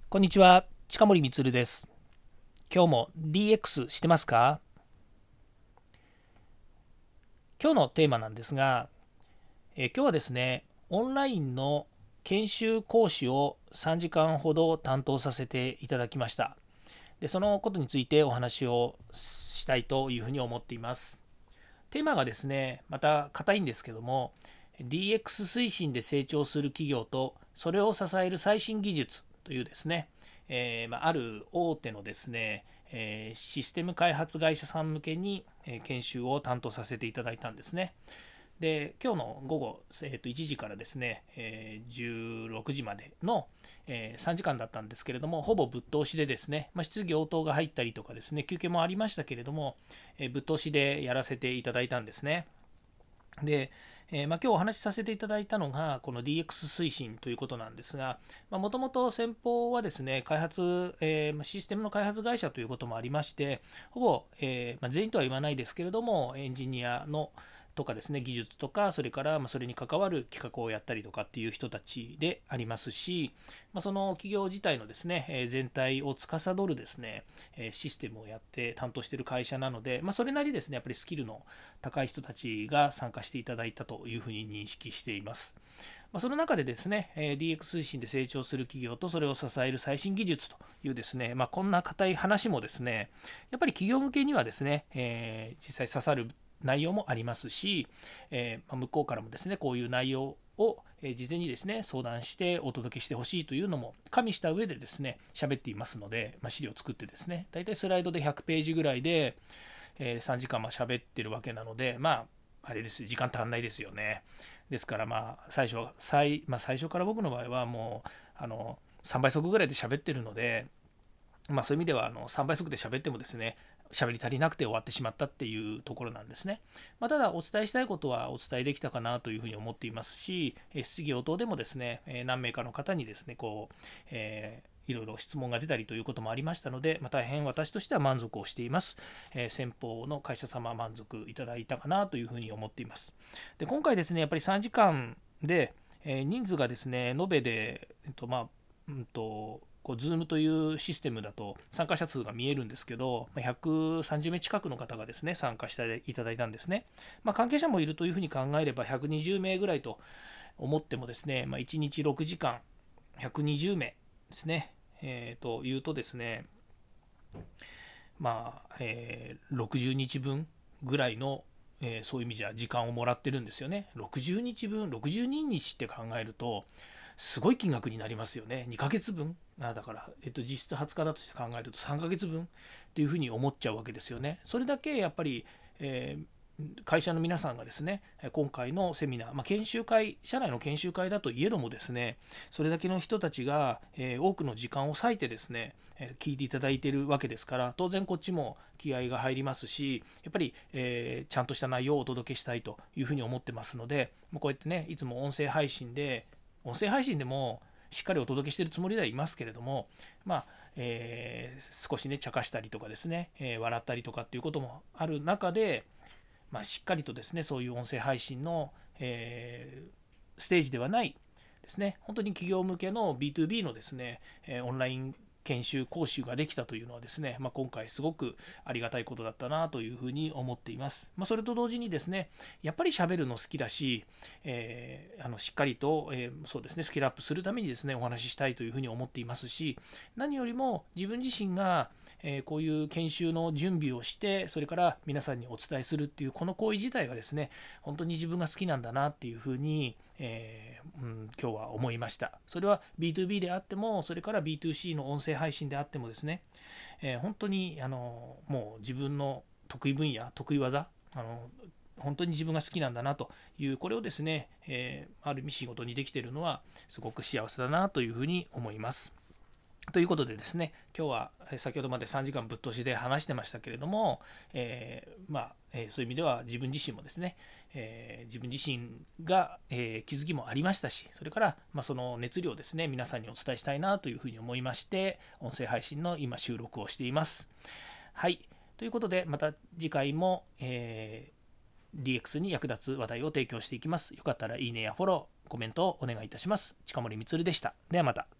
こんにちは、近森光です。今日も DX してますか？今日のテーマなんですが、今日はですね、オンラインの研修講師を3時間ほど担当させていただきました。で、そのことについてお話をしたいというふうに思っています。テーマがですね、また硬いんですけども、DX 推進で成長する企業とそれを支える最新技術というですね、ある大手のですね、システム開発会社さん向けに研修を担当させていただいたんですね。で、今日の午後、1時からですね、16時までの、3時間だったんですけれども、ほぼぶっ通しでですね、質疑応答が入ったりとかですね、休憩もありましたけれども、ぶっ通しでやらせていただいたんですね。で、今日お話しさせていただいたのがこの DX 推進ということなんですが、もともと先方はですね、開発、システムの開発会社ということもありまして、ほぼ、全員とは言わないですけれども、エンジニアのとかですね、技術とか、それからそれに関わる企画をやったりとかっていう人たちでありますし、その企業自体のですね、全体を司るですね、システムをやって担当している会社なので、それなりですね、やっぱりスキルの高い人たちが参加していただいたというふうに認識しています。その中でですね、DX 推進で成長する企業とそれを支える最新技術というですね、こんな硬い話もですね、やっぱり企業向けにはですね、実際刺さる内容もありますし、向こうからもですね、こういう内容を事前にですね、相談してお届けしてほしいというのも加味した上でですね、喋っていますので、資料を作ってですね、大体スライドで100ページぐらいで、3時間喋ってるわけなので、あれです、時間足んないですよね。ですから、最初から僕の場合はもう、3倍速ぐらいで喋ってるので、そういう意味では3倍速で喋ってもですね、喋り足りなくて終わってしまったっていうところなんですね。ただ、お伝えしたいことはお伝えできたかなというふうに思っていますし、質疑応答でもですね、何名かの方にですね、いろいろ質問が出たりということもありましたので、大変私としては満足をしています。先方の会社様満足いただいたかなというふうに思っています。で、今回ですね、やっぱり3時間で、人数がですね、延べで、Zoom というシステムだと参加者数が見えるんですけど、130名近くの方がですね、参加していただいたんですね。関係者もいるというふうに考えれば、120名ぐらいと思ってもですね、1日6時間、120名ですね、というとですね、60日分ぐらいの、そういう意味じゃ時間をもらってるんですよね。60日分、62日って考えると、すごい金額になりますよね。2ヶ月分。だから、実質20日だとして考えると3ヶ月分っていうふうに思っちゃうわけですよね。それだけやっぱり、会社の皆さんがですね、今回のセミナー、研修会、社内の研修会だといえどもですね、それだけの人たちが、多くの時間を割いてですね、聞いていただいているわけですから、当然こっちも気合が入りますし、やっぱり、ちゃんとした内容をお届けしたいというふうに思ってますので、こうやってね、いつも音声配信でもしっかりお届けしているつもりではいますけれども、少しね、茶化したりとかですね、笑ったりとかっていうこともある中で、しっかりとですね、そういう音声配信の、ステージではないですね、本当に企業向けの B2B のですね、オンライン研修講習ができたというのはですね、今回すごくありがたいことだったなというふうに思っています。それと同時にですね、やっぱり喋るの好きだし、しっかりと、そうですね、スキルアップするためにですね、お話ししたいというふうに思っていますし、何よりも自分自身が、こういう研修の準備をして、それから皆さんにお伝えするっていうこの行為自体がですね、本当に自分が好きなんだなっていうふうに、今日は思いました。それは B2B であっても、それから B2C の音声配信であってもですね、本当にもう自分の得意分野、得意技、本当に自分が好きなんだなという、これをですね、ある意味仕事にできているのはすごく幸せだなというふうに思います。ということでですね、今日は先ほどまで3時間ぶっ通しで話してましたけれども、そういう意味では自分自身もですね、自分自身が、気づきもありましたし、それから、その熱量をですね、皆さんにお伝えしたいなというふうに思いまして、音声配信の今収録をしています。はい。ということで、また次回も、DX に役立つ話題を提供していきます。よかったらいいねやフォロー、コメントをお願いいたします。近森光でした。ではまた。